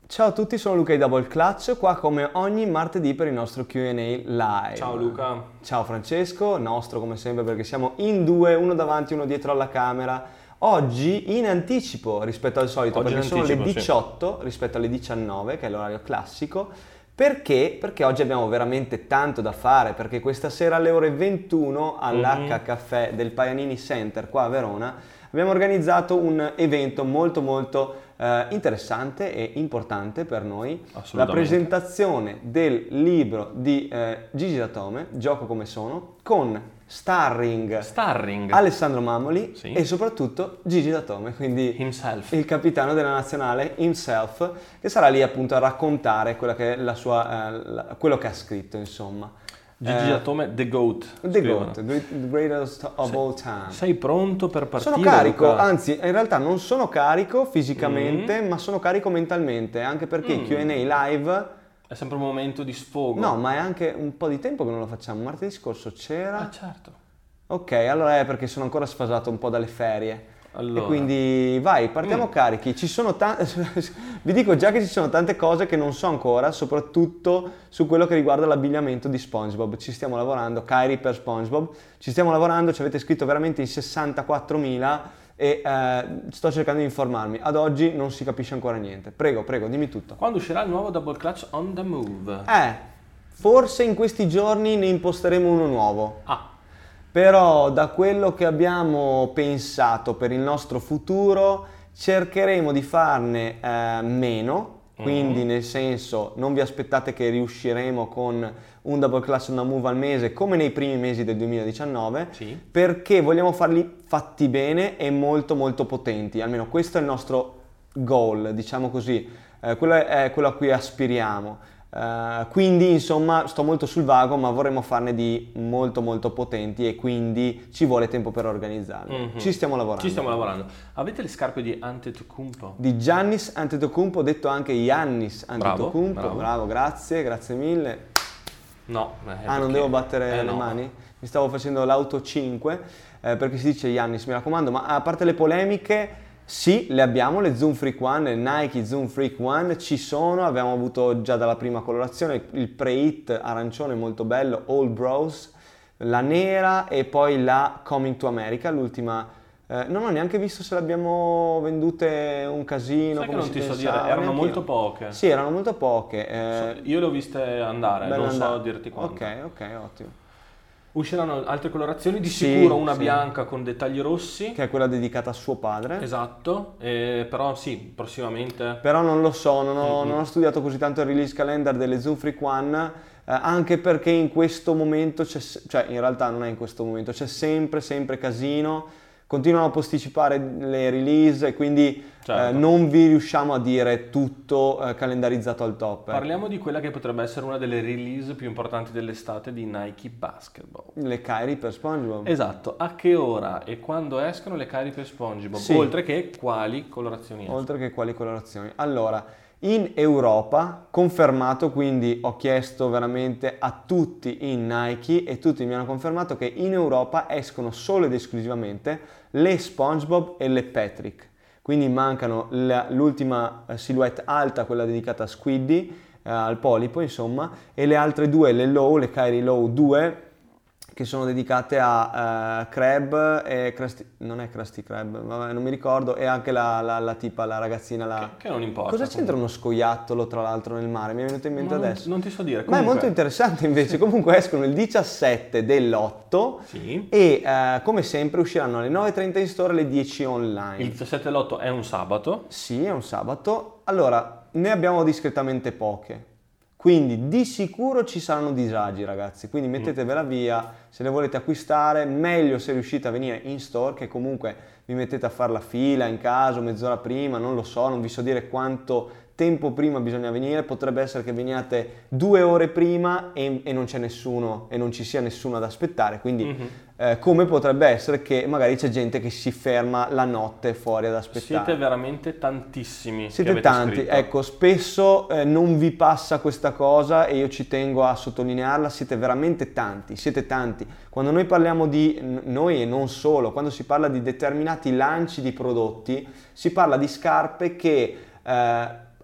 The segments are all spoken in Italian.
Ciao a tutti, sono Luca di Double Clutch, qua come ogni martedì per il nostro Q&A live. Ciao Luca. Ciao Francesco, nostro come sempre perché siamo in due, uno davanti, uno dietro alla camera. Oggi in anticipo rispetto al solito, Oggi perché in sono le anticipo, 18 rispetto alle 19, che è l'orario classico. Perché? Perché oggi abbiamo veramente tanto da fare, perché questa sera alle ore 21 all'H Caffè del Paganini Center qua a Verona abbiamo organizzato un evento molto interessante e importante per noi, la presentazione del libro di Gigi Datome, Gioco come sono, con starring Alessandro Mamoli, sì, e soprattutto Gigi Datome, quindi himself, il capitano della nazionale himself, che sarà lì appunto a raccontare quella che è la sua, quello che ha scritto, insomma. Gigi Datome, the GOAT. The GOAT, the greatest of all time. Sei pronto per partire? Sono carico, Luca? Anzi, in realtà non sono carico fisicamente, ma sono carico mentalmente, anche perché il Q&A live è sempre un momento di sfogo. No, ma è anche un po' di tempo che non lo facciamo. Martedì scorso c'era. Ah, certo. Ok, allora è perché sono ancora sfasato un po' dalle ferie. Allora. E quindi vai, partiamo carichi. Ci sono vi dico già che ci sono tante cose che non so ancora, soprattutto su quello che riguarda l'abbigliamento di SpongeBob. Ci stiamo lavorando, Kairi per SpongeBob. Ci stiamo lavorando, ci avete scritto veramente in 64.000 e sto cercando di informarmi. Ad oggi non si capisce ancora niente. Prego, dimmi tutto. Quando uscirà il nuovo Double Clutch on the Move? Forse in questi giorni ne imposteremo uno nuovo. Però da quello che abbiamo pensato per il nostro futuro cercheremo di farne meno, quindi nel senso non vi aspettate che riusciremo con un Double Clutch on the Move al mese come nei primi mesi del 2019, sì, perché vogliamo farli fatti bene e molto potenti, almeno questo è il nostro goal, diciamo così, quello è quello a cui aspiriamo. Quindi insomma sto molto sul vago, ma vorremmo farne di molto potenti e quindi ci vuole tempo per organizzarli. Ci stiamo lavorando. Avete le scarpe di Antetokounmpo? Di Giannis Antetokounmpo, detto anche Giannis Antetokounmpo. Bravo, grazie mille. No, non devo battere le mani? Mi stavo facendo l'auto 5 perché si dice Giannis, mi raccomando, ma a parte le polemiche, sì, le abbiamo, le Zoom Freak One, le Nike Zoom Freak One ci sono, abbiamo avuto già dalla prima colorazione il pre-hit arancione molto bello, All Bros, la nera e poi la Coming to America, l'ultima, non ho neanche visto se le abbiamo vendute un casino. Sai come che non ti so dire, erano neanch'io. molto poche. Sì, erano molto poche. Io le ho viste andare, non so dirti quanto. Ok, ottimo. Usciranno altre colorazioni, di sicuro una bianca con dettagli rossi. Che è quella dedicata a suo padre. Esatto, però sì, prossimamente. Però non lo so, non ho studiato così tanto il release calendar delle Zoom Freak One, anche perché in questo momento, cioè in realtà non è in questo momento, c'è sempre casino, continuano a posticipare le release e quindi non vi riusciamo a dire tutto calendarizzato al top. Parliamo di quella che potrebbe essere una delle release più importanti dell'estate di Nike Basketball. Le Kairi per SpongeBob. Esatto, a che ora e quando escono le Kairi per SpongeBob? Sì. Oltre che quali colorazioni escono? Allora, in Europa, confermato, quindi ho chiesto veramente a tutti in Nike e tutti mi hanno confermato che in Europa escono solo ed esclusivamente le SpongeBob e le Patrick. Quindi mancano l'ultima silhouette alta, quella dedicata a Squiddy, al polipo insomma, e le altre due, le Low, le Kairi Low 2, che sono dedicate a Crab e non è Krusty Krab, vabbè, non mi ricordo, e anche la tipa, la ragazzina che non importa. Cosa c'entra uno scoiattolo tra l'altro nel mare? Mi è venuto in mente adesso. Non ti so dire. Comunque, ma è molto interessante invece. Comunque escono il 17 dell'8 sì, e come sempre usciranno alle 9:30 in store, alle 10 online. Il 17 dell'8 è un sabato? Sì, è un sabato. Allora, ne abbiamo discretamente poche. Quindi di sicuro ci saranno disagi, ragazzi, quindi mettetevela via, se le volete acquistare, meglio se riuscite a venire in store, che comunque vi mettete a fare la fila in caso, mezz'ora prima, non lo so, non vi so dire quanto tempo prima bisogna venire, potrebbe essere che veniate 2 ore prima e non c'è nessuno e non ci sia nessuno ad aspettare, quindi come potrebbe essere che magari c'è gente che si ferma la notte fuori ad aspettare. Siete veramente tantissimi. Siete tanti, scritto. Ecco, spesso non vi passa questa cosa e io ci tengo a sottolinearla, siete veramente tanti, siete tanti. Quando noi parliamo di noi e non solo, quando si parla di determinati lanci di prodotti, si parla di scarpe che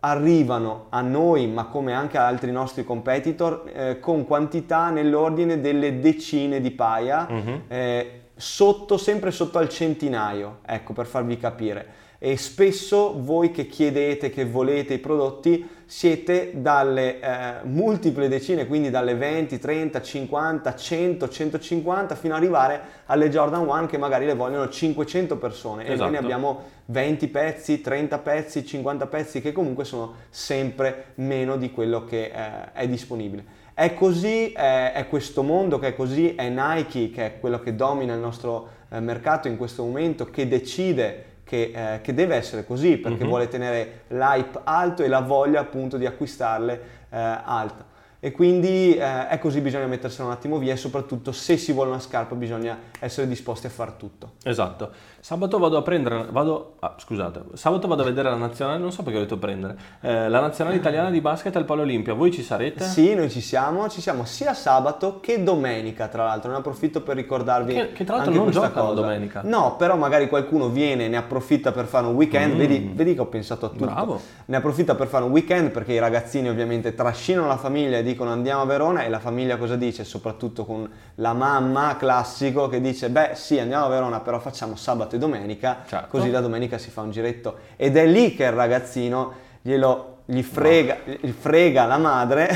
arrivano a noi, ma come anche a altri nostri competitor, con quantità nell'ordine delle decine di paia, sempre sotto al centinaio, ecco, per farvi capire. E spesso voi che chiedete, che volete i prodotti, siete dalle multiple decine, quindi dalle 20, 30, 50, 100, 150 fino ad arrivare alle Jordan 1 che magari le vogliono 500 persone. Esatto. E noi ne abbiamo 20 pezzi, 30 pezzi, 50 pezzi, che comunque sono sempre meno di quello che è disponibile. È così, è questo mondo che è così, è Nike che è quello che domina il nostro mercato in questo momento, che decide che deve essere così, perché vuole tenere l'hype alto e la voglia appunto di acquistarle alta. E quindi è così, bisogna mettersela un attimo via, e soprattutto se si vuole una scarpa bisogna essere disposti a far tutto. Esatto. Sabato vado a vedere la nazionale, non so perché ho detto prendere, la nazionale italiana di basket al Palo Olimpia. Voi ci sarete? Sì, noi ci siamo sia sabato che domenica, tra l'altro. Ne approfitto per ricordarvi che tra l'altro anche non questa giocano cosa. domenica. No, però magari qualcuno viene, ne approfitta per fare un weekend, vedi che ho pensato a tutto. Bravo. Ne approfitta per fare un weekend, perché i ragazzini ovviamente trascinano la famiglia e dicono andiamo a Verona, e la famiglia cosa dice? Soprattutto con la mamma classico che dice beh sì, andiamo a Verona, però facciamo sabato e domenica, certo. Così la domenica si fa un giretto, ed è lì che il ragazzino gli frega la madre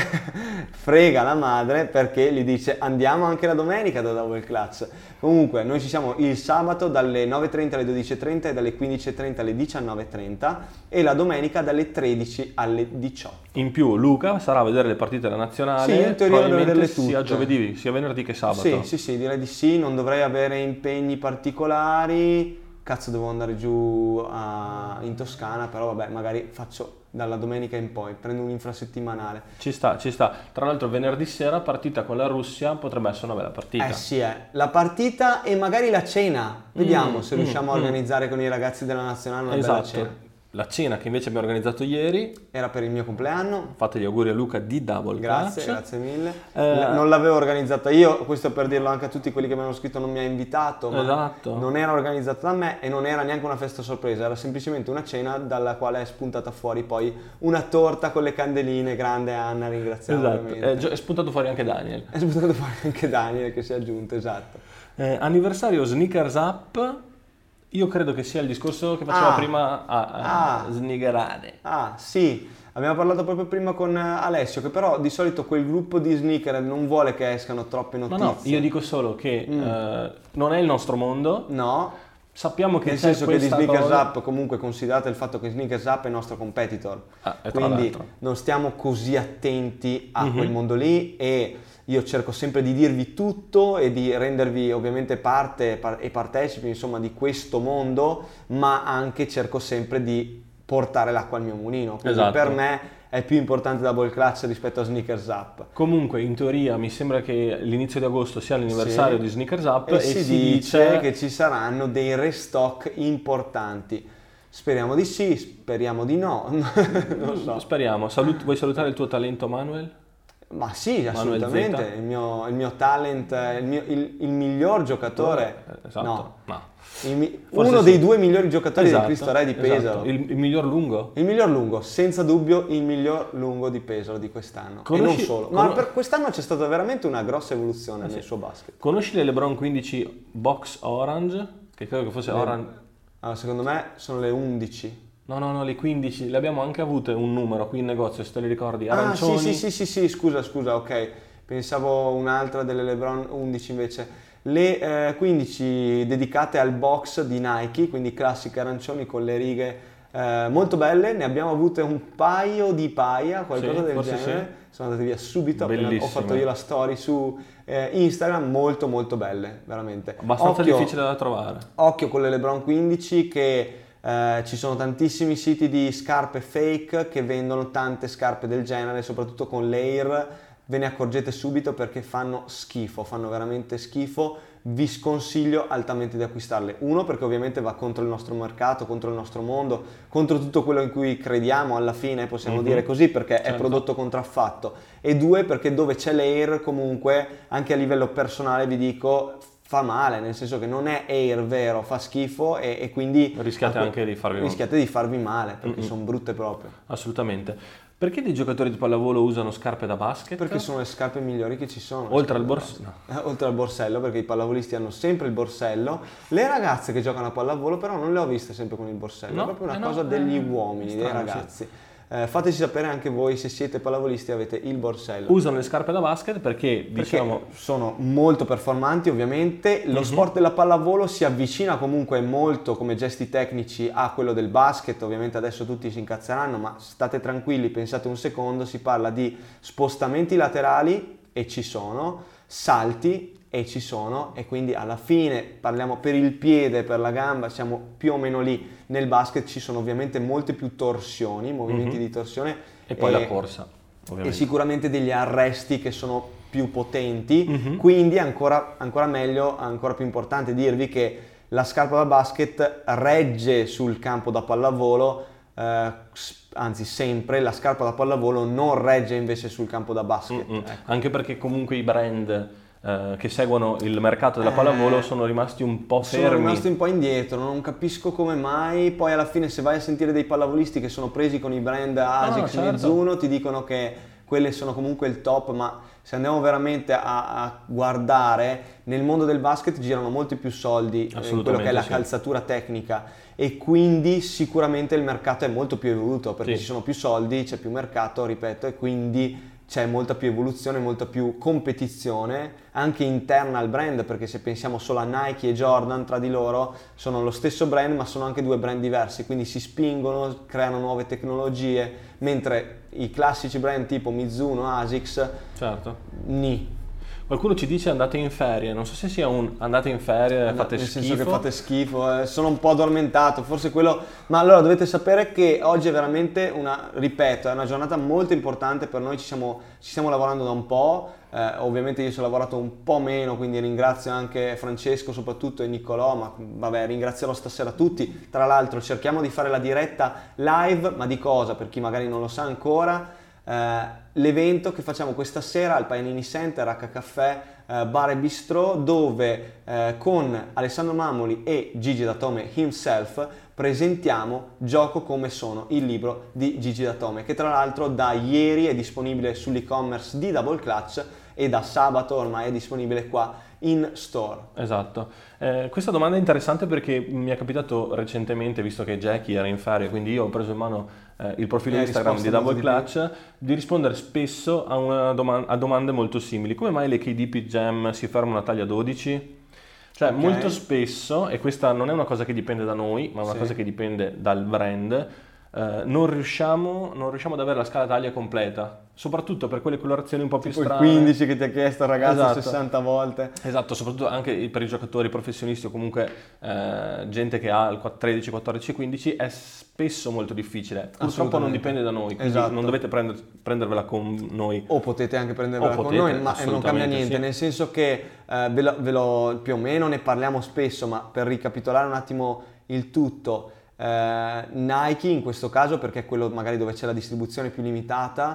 perché gli dice andiamo anche la domenica da Double Clutch. Comunque noi ci siamo il sabato dalle 9:30 alle 12:30 e dalle 15:30 alle 19:30, e la domenica dalle 13 alle 18. In più Luca sarà a vedere le partite della nazionale, sì, in teoria probabilmente tutte. sia giovedì, sia venerdì che sabato. Sì, direi di sì, non dovrei avere impegni particolari. Cazzo, devo andare giù in Toscana, però vabbè, magari faccio dalla domenica in poi, prendo un infrasettimanale. Ci sta. Tra l'altro venerdì sera partita con la Russia, potrebbe essere una bella partita. Sì, la partita e magari la cena. Vediamo se riusciamo a organizzare con i ragazzi della nazionale una bella cena. La cena che invece abbiamo organizzato ieri era per il mio compleanno. Fate gli auguri a Luca di Double Clutch. Grazie mille. Non l'avevo organizzata io, questo per dirlo anche a tutti quelli che mi hanno scritto, non mi ha invitato, ma esatto. Non era organizzata da me e non era neanche una festa sorpresa, era semplicemente una cena dalla quale è spuntata fuori poi una torta con le candeline. Grande Anna, ringraziamo. Esatto. È spuntato fuori anche Daniel. È spuntato fuori anche Daniel che si è aggiunto, esatto. Anniversario Sneakers Up. Io credo che sia il discorso che faceva prima a sniggerare. Sì, abbiamo parlato proprio prima con Alessio, che però di solito quel gruppo di sneaker non vuole che escano troppe notizie. No, io dico solo che non è il nostro mondo. No. Sappiamo che nel senso che di Sneakers Up, comunque considerate il fatto che Sneakers Up è il nostro competitor, quindi non stiamo così attenti a quel mondo lì, e io cerco sempre di dirvi tutto e di rendervi ovviamente parte e partecipi insomma di questo mondo, ma anche cerco sempre di portare l'acqua al mio mulino, quindi per me è più importante Double Clutch rispetto a Sneakers Up. Comunque in teoria mi sembra che l'inizio di agosto sia l'anniversario di Sneakers Up e si dice che ci saranno dei restock importanti. Speriamo di sì, speriamo di no, non so. Speriamo. Vuoi salutare il tuo talento Manuel? Ma sì, assolutamente, il mio talent, il miglior giocatore. Esatto. No. Uno dei due migliori giocatori del Cristo Re di Pesaro. Il miglior lungo? Il miglior lungo, senza dubbio il miglior lungo di Pesaro di quest'anno. E non solo. Ma per quest'anno c'è stata veramente una grossa evoluzione nel suo basket. Conosci le LeBron 15 Box Orange? Che credo che fosse Orange. Allora, secondo me sono le 11. No, le 15, le abbiamo anche avute un numero qui in negozio, se te li ricordi, arancioni. Sì, scusa, ok, pensavo un'altra delle LeBron 11 invece. Le 15 dedicate al box di Nike, quindi classiche arancioni con le righe molto belle, ne abbiamo avute un paio di paia, qualcosa del genere, sono andate via subito, appena ho fatto io la story su Instagram, molto molto belle, veramente. Abbastanza difficile da trovare. Occhio con le LeBron 15 che... ci sono tantissimi siti di scarpe fake che vendono tante scarpe del genere, soprattutto con l'Air. Ve ne accorgete subito perché fanno veramente schifo. Vi sconsiglio altamente di acquistarle. Uno, perché ovviamente va contro il nostro mercato, contro il nostro mondo, contro tutto quello in cui crediamo alla fine, possiamo dire così, perché è prodotto contraffatto. E due, perché dove c'è l'Air comunque, anche a livello personale vi dico, fa male, nel senso che non è air vero, fa schifo e quindi rischiate anche di farvi male, perché sono brutte proprio. Assolutamente. Perché dei giocatori di pallavolo usano scarpe da basket? Perché sono le scarpe migliori che ci sono. Oltre al borsello? Oltre al borsello, perché i pallavolisti hanno sempre il borsello. Le ragazze che giocano a pallavolo però non le ho viste sempre con il borsello, no, è proprio una cosa degli uomini, dei ragazzi. Fateci sapere anche voi se siete pallavolisti e avete il borsello. Usano le scarpe da basket perché sono molto performanti, ovviamente. Lo sport della pallavolo si avvicina comunque molto come gesti tecnici a quello del basket. Ovviamente adesso tutti si incazzeranno, ma state tranquilli, pensate un secondo. Si parla di spostamenti laterali e ci sono, salti e ci sono, e quindi alla fine parliamo per il piede, per la gamba, siamo più o meno lì. Nel basket ci sono ovviamente molte più torsioni, movimenti di torsione e poi la corsa, ovviamente. E sicuramente degli arresti che sono più potenti, quindi ancora meglio, ancora più importante dirvi che la scarpa da basket regge sul campo da pallavolo, anzi sempre la scarpa da pallavolo non regge invece sul campo da basket. Ecco. Anche perché comunque i brand che seguono il mercato della pallavolo sono rimasti un po' fermi. Sono rimasti un po' indietro, non capisco come mai. Poi alla fine se vai a sentire dei pallavolisti che sono presi con i brand ASICS, Mizuno, ti dicono che quelle sono comunque il top, ma se andiamo veramente a guardare, nel mondo del basket girano molti più soldi in quello che è la calzatura tecnica, e quindi sicuramente il mercato è molto più evoluto, perché ci sono più soldi, c'è più mercato, ripeto, e quindi c'è molta più evoluzione, molta più competizione anche interna al brand, perché se pensiamo solo a Nike e Jordan, tra di loro sono lo stesso brand ma sono anche due brand diversi, quindi si spingono, creano nuove tecnologie, mentre i classici brand tipo Mizuno, ASICS, Qualcuno ci dice andate in ferie, non so se sia un andate in ferie, fate schifo. Nel senso che fate schifo, sono un po' addormentato, forse quello, ma allora dovete sapere che oggi è veramente è una giornata molto importante per noi, ci stiamo lavorando da un po', ovviamente io ci ho lavorato un po' meno, quindi ringrazio anche Francesco soprattutto e Niccolò, ma vabbè, ringrazierò stasera tutti. Tra l'altro cerchiamo di fare la diretta live, ma di cosa? Per chi magari non lo sa ancora. L'evento che facciamo questa sera al Paganini Center, H Caffè, Bar e Bistrò, dove con Alessandro Mamoli e Gigi Datome himself presentiamo Gioco come sono, il libro di Gigi Datome, che tra l'altro da ieri è disponibile sull'e-commerce di Double Clutch e da sabato ormai è disponibile qua in store. Esatto. Questa domanda è interessante perché mi è capitato recentemente, visto che Jackie era in ferie, quindi io ho preso in mano il profilo Instagram di Double Clutch, di rispondere spesso a domande molto simili. Come mai le KD Jam si fermano a taglia 12? Cioè molto spesso, e questa non è una cosa che dipende da noi, ma una cosa che dipende dal brand, non riusciamo ad avere la scala taglia completa, soprattutto per quelle colorazioni un po' più strane. Il 15 che ti ha chiesto il ragazzo 60 volte. Esatto, soprattutto anche per i giocatori professionisti o comunque gente che ha il 13, 14, 15 è spesso molto difficile. Purtroppo non dipende da noi, quindi non dovete prendervela con noi. O potete anche prendervela con noi, ma non cambia niente, nel senso che ve lo più o meno ne parliamo spesso, ma per ricapitolare un attimo il tutto, Nike in questo caso, perché è quello magari dove c'è la distribuzione più limitata,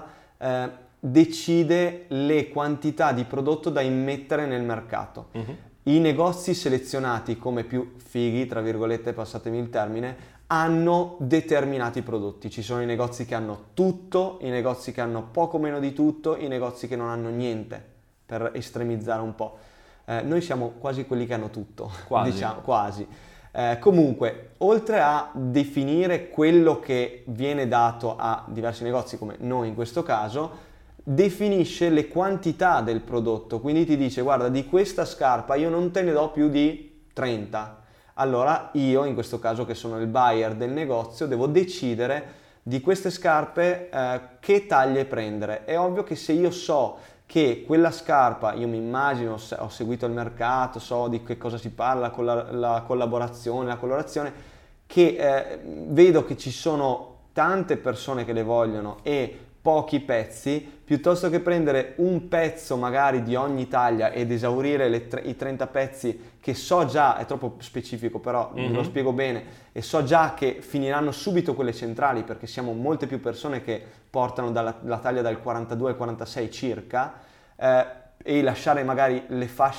decide le quantità di prodotto da immettere nel mercato. I negozi selezionati come più fighi, tra virgolette, passatemi il termine, hanno determinati prodotti. Ci sono i negozi che hanno tutto, i negozi che hanno poco meno di tutto, i negozi che non hanno niente, per estremizzare un po'. Noi siamo quasi quelli che hanno tutto, diciamo, quasi. Comunque, oltre a definire quello che viene dato a diversi negozi, come noi in questo caso, definisce le quantità del prodotto, quindi ti dice: guarda, di questa scarpa io non te ne do più di 30. Allora io, in questo caso che sono il buyer del negozio, devo decidere di queste scarpe che taglie prendere. È ovvio che se io so che quella scarpa, io mi immagino, ho seguito il mercato, so di che cosa si parla con la collaborazione, la colorazione, che vedo che ci sono tante persone che le vogliono e pochi pezzi, piuttosto che prendere un pezzo magari di ogni taglia ed esaurire i 30 pezzi che so già, è troppo specifico però ve lo spiego bene, e so già che finiranno subito quelle centrali, perché siamo molte più persone che portano la taglia dal 42 al 46 circa, e lasciare magari le fasce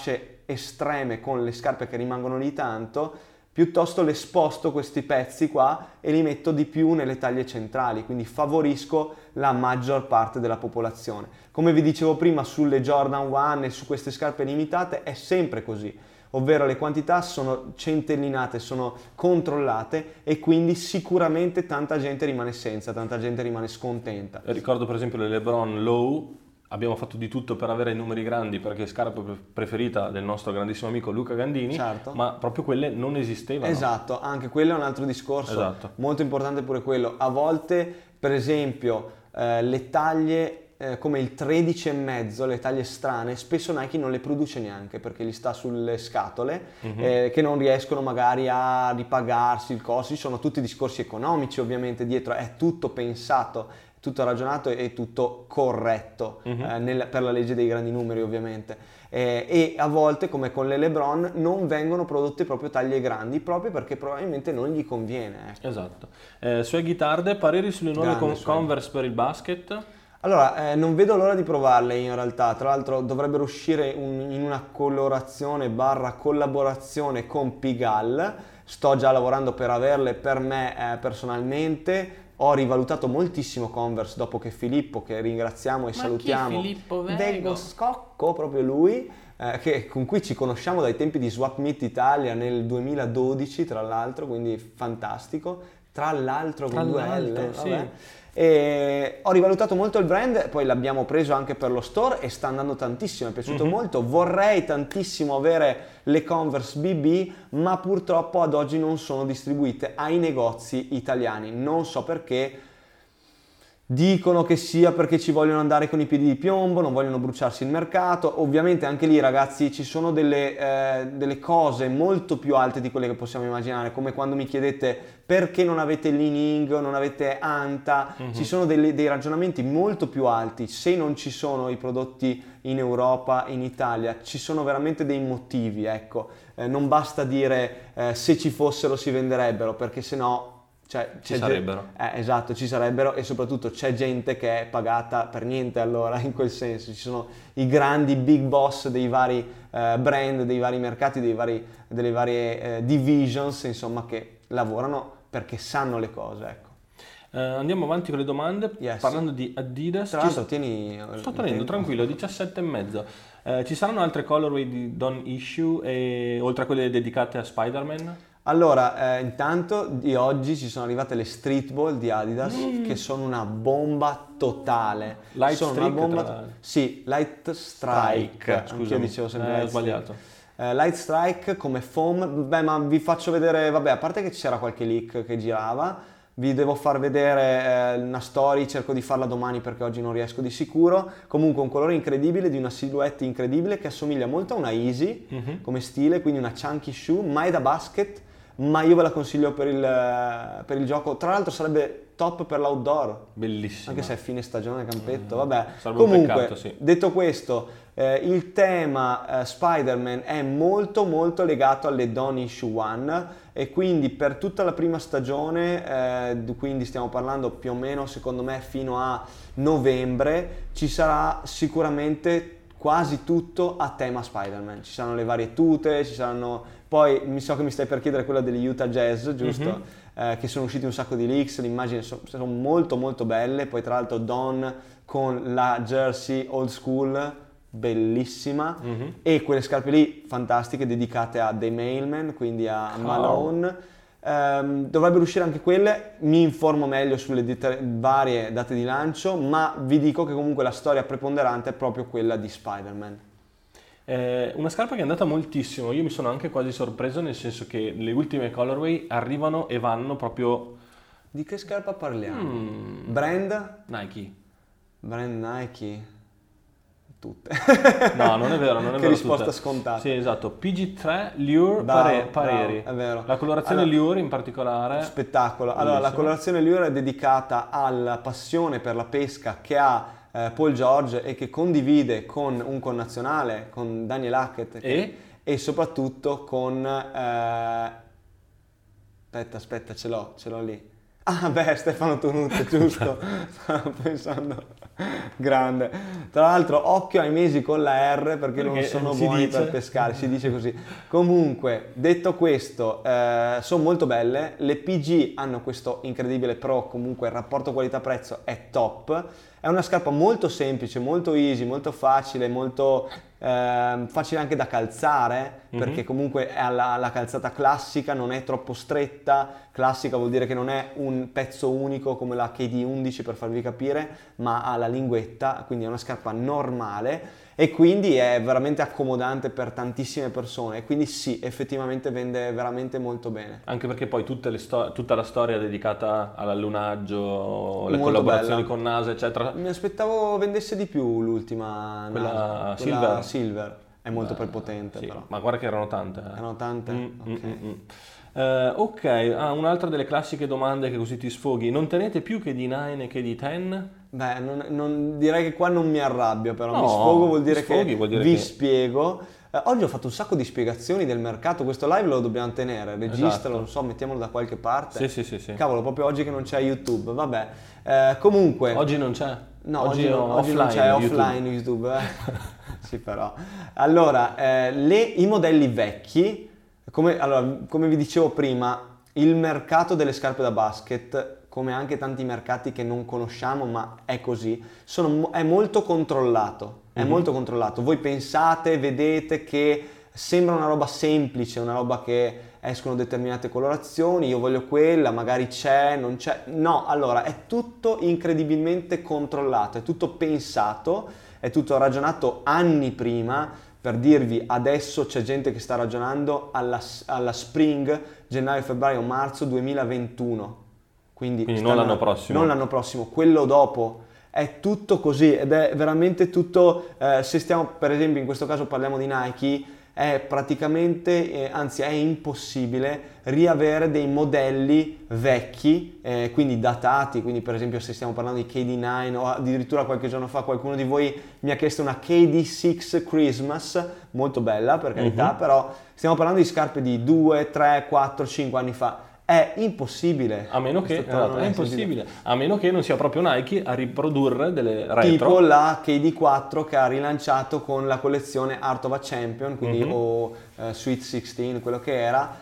estreme con le scarpe che rimangono lì tanto, piuttosto le sposto questi pezzi qua e li metto di più nelle taglie centrali, quindi favorisco la maggior parte della popolazione. Come vi dicevo prima, sulle Jordan 1 e su queste scarpe limitate è sempre così, ovvero le quantità sono centellinate, sono controllate e quindi sicuramente tanta gente rimane senza, tanta gente rimane scontenta. Ricordo per esempio le LeBron Low. Abbiamo fatto di tutto per avere i numeri grandi perché è scarpa preferita del nostro grandissimo amico Luca Gandini, certo. Ma proprio quelle non esistevano. Esatto, anche quello è un altro discorso, esatto. Molto importante pure quello. A volte, per esempio, le taglie come il 13,5, le taglie strane, spesso Nike non le produce neanche perché gli sta sulle scatole, che non riescono magari a ripagarsi il costo. Ci sono tutti discorsi economici ovviamente dietro, è tutto pensato, tutto ragionato e tutto corretto per la legge dei grandi numeri ovviamente, e a volte come con le LeBron non vengono prodotte proprio taglie grandi proprio perché probabilmente non gli conviene, ecco. Esatto. Swaggy Tarde, pareri sulle nuove Converse per il basket? Allora, non vedo l'ora di provarle in realtà, tra l'altro dovrebbero uscire in una colorazione / collaborazione con Pigalle, sto già lavorando per averle per me personalmente. Ho rivalutato moltissimo Converse dopo che Filippo, che ringraziamo e salutiamo, Vego Scocco, proprio lui, con cui ci conosciamo dai tempi di Swap Meet Italia nel 2012 tra l'altro, quindi fantastico, tra l'altro con due L, sì. Vabbè. E ho rivalutato molto il brand, poi l'abbiamo preso anche per lo store e sta andando tantissimo, è piaciuto molto. Vorrei tantissimo avere le Converse BB, ma purtroppo ad oggi non sono distribuite ai negozi italiani, non so perché. Dicono che sia perché ci vogliono andare con i piedi di piombo, non vogliono bruciarsi il mercato. Ovviamente anche lì, ragazzi, ci sono delle cose molto più alte di quelle che possiamo immaginare, come quando mi chiedete perché non avete Li-Ning, non avete Anta. Ci sono dei ragionamenti molto più alti. Se non ci sono i prodotti in Europa, in Italia, ci sono veramente dei motivi, ecco. Non basta dire se ci fossero si venderebbero, perché sennò ci sarebbero. Esatto, ci sarebbero, e soprattutto c'è gente che è pagata per niente, allora, in quel senso. Ci sono i grandi big boss dei vari brand, dei vari mercati, delle varie divisions, insomma, che lavorano perché sanno le cose, ecco. Andiamo avanti con le domande. Yes. Parlando di Adidas, tra l'altro tieni sto tenendo tranquillo, 17,5. Ci saranno altre colorway di Don Issue oltre a quelle dedicate a Spider-Man? Allora, intanto di oggi ci sono arrivate le Street Ball di Adidas, che sono una bomba totale. Light sono Strike? Una bomba sì, Light Strike. Scusami, dicevo sempre ho sbagliato. Light Strike come foam, ma vi faccio vedere, a parte che c'era qualche leak che girava, vi devo far vedere una story, cerco di farla domani perché oggi non riesco di sicuro. Comunque un colore incredibile, di una silhouette incredibile, che assomiglia molto a una Easy come stile, quindi una chunky shoe, mai da basket, ma io ve la consiglio per il gioco. Tra l'altro sarebbe top per l'outdoor, bellissimo, anche se è fine stagione campetto, vabbè. Sarebbe Comunque, un peccato, sì. Detto questo, il tema Spider-Man è molto molto legato alle Don Issue One, e quindi per tutta la prima stagione, quindi stiamo parlando più o meno secondo me fino a novembre, ci sarà sicuramente quasi tutto a tema Spider-Man. Ci saranno le varie tute, ci saranno. Poi mi so che mi stai per chiedere quella degli Utah Jazz, giusto? Che sono usciti un sacco di leaks, le immagini sono molto molto belle. Poi tra l'altro Don con la jersey old school, bellissima, e quelle scarpe lì fantastiche dedicate a The Mailman, quindi a Malone. Dovrebbero uscire anche quelle, mi informo meglio sulle varie date di lancio, ma vi dico che comunque la storia preponderante è proprio quella di Spider-Man. Una scarpa che è andata moltissimo, io mi sono anche quasi sorpreso, nel senso che le ultime colorway arrivano e vanno proprio... Di che scarpa parliamo? Brand? Nike. Brand Nike? Tutte. No, non è vero, non è che vero. risposta tutte. Scontata. Sì, esatto. PG3, Lure, Pareri. È vero. La colorazione Lure in particolare. Spettacolo. Allora, la colorazione Lure è dedicata alla passione per la pesca che ha Paul George e che condivide con un connazionale, con Daniel Hackett, e soprattutto con aspetta, ce l'ho lì. Ah beh, Stefano Tonucci, giusto. Stavo pensando Grande. Tra l'altro, occhio ai mesi con la R perché non sono buoni per pescare, si dice così. Comunque, detto questo, sono molto belle. Le PG hanno questo incredibile pro, comunque il rapporto qualità-prezzo è top. È una scarpa molto semplice, molto easy, molto facile, molto facile anche da calzare, perché comunque è la calzata classica, non è troppo stretta. Classica vuol dire che non è un pezzo unico come la KD11 per farvi capire, ma ha la linguetta, quindi è una scarpa normale e quindi è veramente accomodante per tantissime persone, e quindi sì, effettivamente vende veramente molto bene. Anche perché poi tutta la storia dedicata all'allunaggio, le Molto collaborazioni bella. con NASA, eccetera. Mi aspettavo vendesse di più l'ultima Quella NASA, quella Silver? Silver. È molto prepotente, Sì, però. ma guarda che erano tante. Erano tante? Ok, un'altra delle classiche domande che così ti sfoghi. Non tenete più che di 9 e che di 10? Beh, direi che qua non mi arrabbio, però No, mi sfogo vuol dire ti sfoghi, che vuol dire vi che- spiego. Oggi ho fatto un sacco di spiegazioni del mercato, questo live lo dobbiamo tenere, registralo, Esatto. non so, mettiamolo da qualche parte. Sì. Cavolo, proprio oggi che non c'è YouTube, vabbè. Comunque... Oggi non c'è? No, oggi non c'è offline YouTube. Sì, però. Allora, i modelli vecchi, come vi dicevo prima, il mercato delle scarpe da basket, come anche tanti mercati che non conosciamo, ma è così, è molto controllato. È molto controllato. Voi pensate, vedete che sembra una roba semplice, una roba che escono determinate colorazioni, io voglio quella, magari c'è, non c'è. No, allora è tutto incredibilmente controllato, è tutto pensato, è tutto ragionato anni prima. Per dirvi, adesso c'è gente che sta ragionando alla spring, gennaio, febbraio, marzo 2021. Quindi non l'anno prossimo. Non l'anno prossimo, quello dopo. È tutto così ed è veramente tutto, se stiamo per esempio in questo caso parliamo di Nike, è praticamente, anzi è impossibile riavere dei modelli vecchi, quindi datati, quindi per esempio se stiamo parlando di KD9 o addirittura qualche giorno fa qualcuno di voi mi ha chiesto una KD6 Christmas, molto bella per carità, però stiamo parlando di scarpe di 2, 3, 4, 5 anni fa. È impossibile. A meno che, è impossibile, a meno che non sia proprio Nike a riprodurre delle retro. Tipo la KD4 che ha rilanciato con la collezione Art of a Champion, quindi o Sweet 16, quello che era,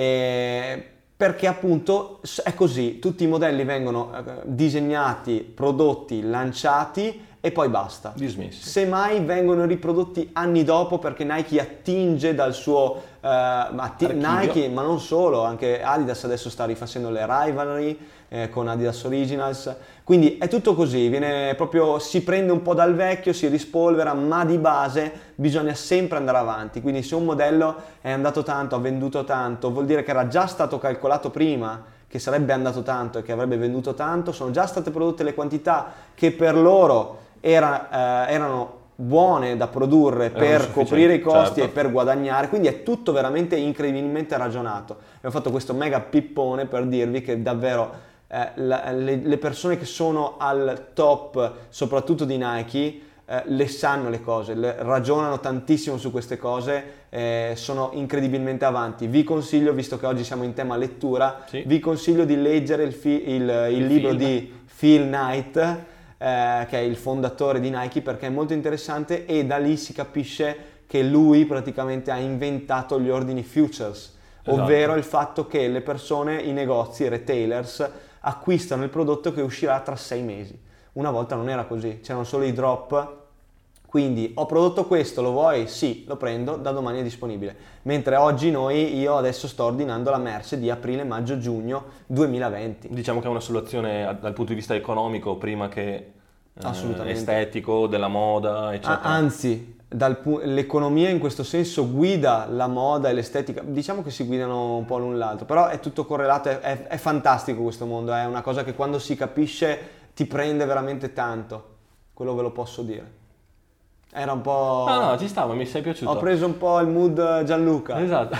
perché appunto è così, tutti i modelli vengono disegnati, prodotti, lanciati e poi basta. Dismessi. Semmai vengono riprodotti anni dopo perché Nike attinge dal suo Nike, ma non solo, anche Adidas adesso sta rifacendo le Rivalry con Adidas Originals, quindi è tutto così, si prende un po' dal vecchio, si rispolvera, ma di base bisogna sempre andare avanti. Quindi se un modello è andato tanto, ha venduto tanto, vuol dire che era già stato calcolato prima che sarebbe andato tanto e che avrebbe venduto tanto, sono già state prodotte le quantità che per loro erano buone da produrre per coprire i costi, certo, e per guadagnare, quindi è tutto veramente incredibilmente ragionato. E ho fatto questo mega pippone per dirvi che davvero le persone che sono al top, soprattutto di Nike, le sanno le cose, ragionano tantissimo su queste cose, sono incredibilmente avanti. Vi consiglio, visto che oggi siamo in tema lettura, sì, vi consiglio di leggere il libro di Phil Knight, che è il fondatore di Nike, perché è molto interessante e da lì si capisce che lui praticamente ha inventato gli ordini futures, ovvero il fatto che le persone, i negozi, i retailers acquistano il prodotto che uscirà tra 6 mesi. Una volta non era così, c'erano solo i drop, quindi ho prodotto questo, lo vuoi? Sì, lo prendo, da domani è disponibile. Mentre oggi io adesso sto ordinando la merce di aprile, maggio, giugno 2020. Diciamo che è una soluzione dal punto di vista economico prima che estetico, della moda, eccetera. Anzi, l'economia in questo senso guida la moda e l'estetica, diciamo che si guidano un po' l'un l'altro, però è tutto correlato, è fantastico questo mondo, è una cosa che quando si capisce ti prende veramente tanto, quello ve lo posso dire. Era un po'... No, ci stava, mi sei piaciuto. Ho preso un po' il mood Gianluca. Esatto.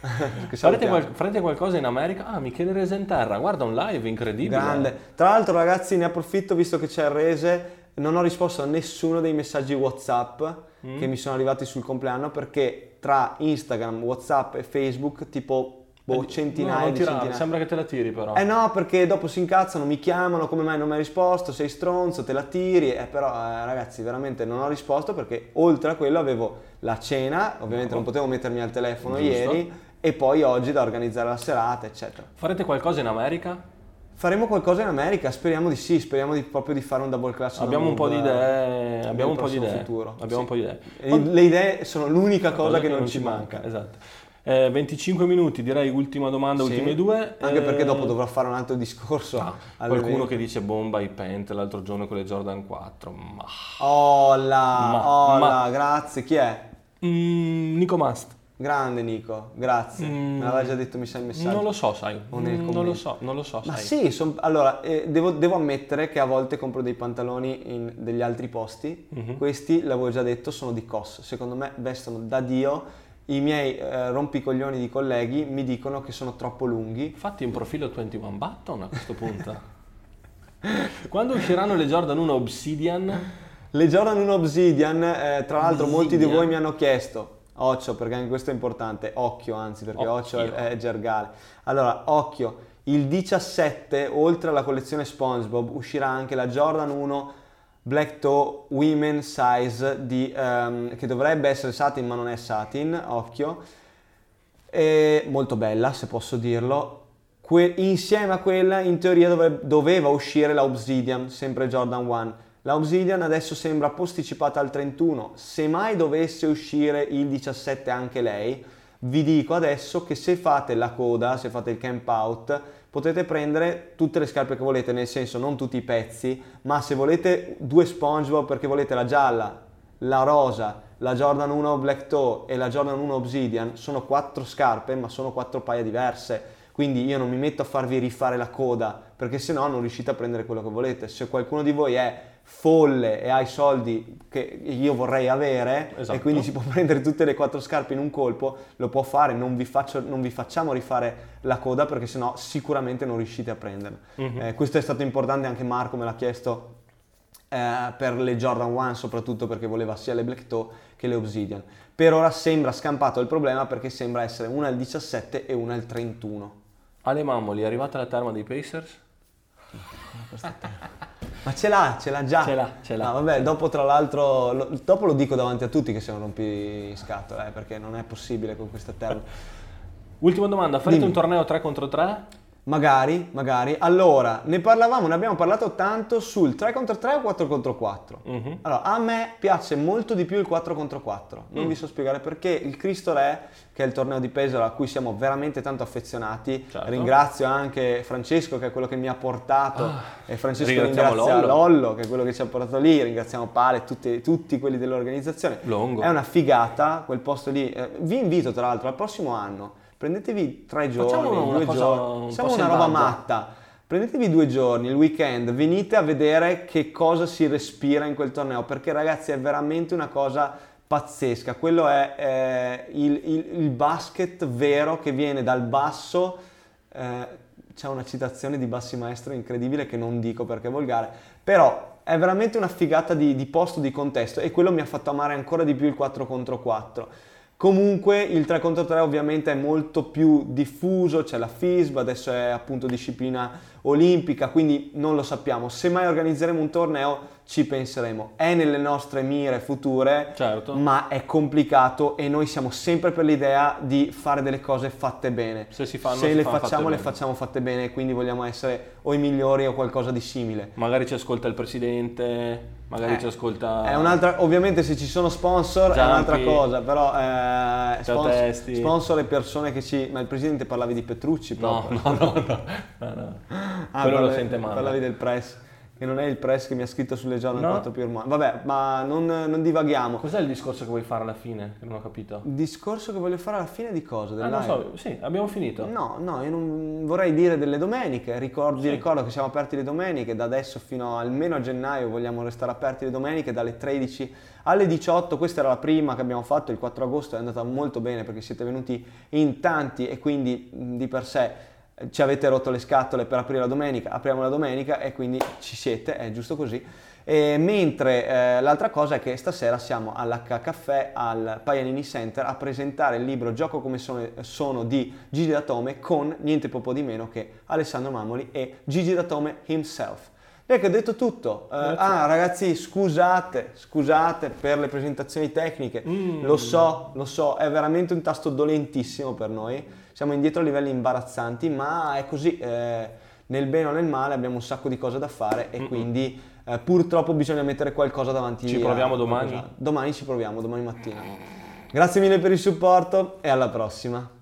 Farete qualcosa in America? Ah, Michele Resenterra, guarda un live incredibile. Grande. Tra l'altro ragazzi, ne approfitto visto che c'è il Rese, non ho risposto a nessuno dei messaggi WhatsApp che mi sono arrivati sul compleanno, perché tra Instagram, WhatsApp e Facebook tipo centinaia non di tirare, centinaia. sembra che te la tiri però. No, perché dopo si incazzano, mi chiamano, come mai non mi hai risposto, sei stronzo, te la tiri, però ragazzi veramente non ho risposto perché oltre a quello avevo la cena, ovviamente non potevo mettermi al telefono ieri, e poi oggi da organizzare la serata, eccetera. Farete qualcosa in America? Faremo qualcosa in America, speriamo di sì, speriamo proprio di fare un double clutch. Abbiamo un po' di idee, abbiamo un po' di idee. Futuro. Abbiamo un po' di idee. Le idee sono l'unica cosa che non ci manca. Esatto. 25 minuti, direi ultima domanda, ultime due. Anche perché dopo dovrò fare un altro discorso. Qualcuno che dice bomba i Pent l'altro giorno con le Jordan 4. Grazie. Chi è? Nico Mast. Grande Nico, grazie. Me l'aveva già detto, mi sa il messaggio. Non lo so, sai. Non lo so. Ma sai. sì, allora, devo ammettere che a volte compro dei pantaloni in degli altri posti. Questi, l'avevo già detto, sono di COS. Secondo me vestono da Dio. I miei rompicoglioni di colleghi mi dicono che sono troppo lunghi. Fatti un profilo 21 Button a questo punto. Quando usciranno le Jordan 1 Obsidian? Le Jordan 1 Obsidian, tra l'altro molti di voi mi hanno chiesto, occhio perché anche questo è importante, occhio anzi perché occhio è gergale. Allora, occhio, il 17 oltre alla collezione SpongeBob uscirà anche la Jordan 1 Black Toe Women Size che dovrebbe essere satin ma non è satin, occhio, è molto bella se posso dirlo. Insieme a quella in teoria doveva uscire la Obsidian, sempre Jordan 1. La Obsidian adesso sembra posticipata al 31, se mai dovesse uscire il 17 anche lei, vi dico adesso che se fate la coda, se fate il camp out, potete prendere tutte le scarpe che volete, nel senso non tutti i pezzi, ma se volete 2 SpongeBob perché volete la gialla, la rosa, la Jordan 1 Black Toe e la Jordan 1 Obsidian, sono 4 scarpe ma sono 4 paia diverse. Quindi io non mi metto a farvi rifare la coda perché sennò non riuscite a prendere quello che volete. Se qualcuno di voi è folle e ha i soldi che io vorrei avere, esatto, e quindi si può prendere tutte le 4 scarpe in un colpo, lo può fare, non vi facciamo rifare la coda perché sennò sicuramente non riuscite a prenderla. Questo è stato importante, anche Marco me l'ha chiesto per le Jordan 1, soprattutto perché voleva sia le Black Toe che le Obsidian. Per ora sembra scampato il problema perché sembra essere una il 17 e una il 31. Ale Mammoli, è arrivata la terma dei Pacers? Ma ce l'ha già. Ce l'ha. No, vabbè, dopo tra l'altro, dopo lo dico davanti a tutti che sei un rompiscatole, perché non è possibile con questa terra. Ultima domanda, farete un torneo 3 contro 3? Magari. Allora, ne abbiamo parlato tanto sul 3 contro 3 o 4 contro 4. Allora, a me piace molto di più il 4 contro 4. Non vi so spiegare perché. Il Cristo Re, che è il torneo di Pesaro a cui siamo veramente tanto affezionati, certo. Ringrazio anche Francesco che è quello che mi ha portato, e Francesco ringrazia Lollo che è quello che ci ha portato lì, ringraziamo Pale, tutti quelli dell'organizzazione. Longo. È una figata quel posto lì. Vi invito tra l'altro al prossimo anno. Prendetevi 3 giorni, 2 giorni, facciamo una roba matta. Prendetevi 2 giorni, il weekend, venite a vedere che cosa si respira in quel torneo, perché ragazzi è veramente una cosa pazzesca. Quello è il basket vero che viene dal basso. C'è una citazione di Bassi Maestro incredibile che non dico perché è volgare, però è veramente una figata di posto, di contesto, e quello mi ha fatto amare ancora di più il 4 contro 4. Comunque il 3 contro 3 ovviamente è molto più diffuso, c'è la FISB, adesso è appunto disciplina olimpica, quindi non lo sappiamo. Se mai organizzeremo un torneo ci penseremo. È nelle nostre mire future, certo, ma è complicato e noi siamo sempre per l'idea di fare delle cose fatte bene. Se le facciamo fatte bene, quindi vogliamo essere o i migliori o qualcosa di simile. Magari ci ascolta il presidente, magari ci ascolta... È un'altra, ovviamente se ci sono sponsor Giampi, è un'altra cosa, però sponsor e persone che ci... Ma il presidente parlavi di Petrucci proprio? No. Quello lo sente male. Parlavi del press, che non è il press che mi ha scritto sulle Jordan 4 più ormai. Vabbè, ma non divaghiamo. Cos'è il discorso che vuoi fare alla fine? Che non ho capito. Il discorso che voglio fare alla fine di cosa? Non so, sì, abbiamo finito. No, io non vorrei dire delle domeniche. Vi ricordo che siamo aperti le domeniche, da adesso fino almeno a gennaio vogliamo restare aperti le domeniche dalle 13 alle 18. Questa era la prima che abbiamo fatto, il 4 agosto è andata molto bene perché siete venuti in tanti e quindi di per sé ci avete rotto le scatole per aprire la domenica, apriamo la domenica e quindi ci siete, è giusto così. E mentre l'altra cosa è che stasera siamo all'H Caffè al Paganini Center a presentare il libro Gioco come sono di Gigi Datome con niente poco di meno che Alessandro Mamoli e Gigi Datome himself. Direi che ho detto tutto. Ragazzi, scusate per le presentazioni tecniche, lo so, è veramente un tasto dolentissimo per noi, siamo indietro a livelli imbarazzanti, ma è così, nel bene o nel male abbiamo un sacco di cose da fare e quindi purtroppo bisogna mettere qualcosa davanti. Ci proviamo domani? Domani ci proviamo, domani mattina. Grazie mille per il supporto e alla prossima.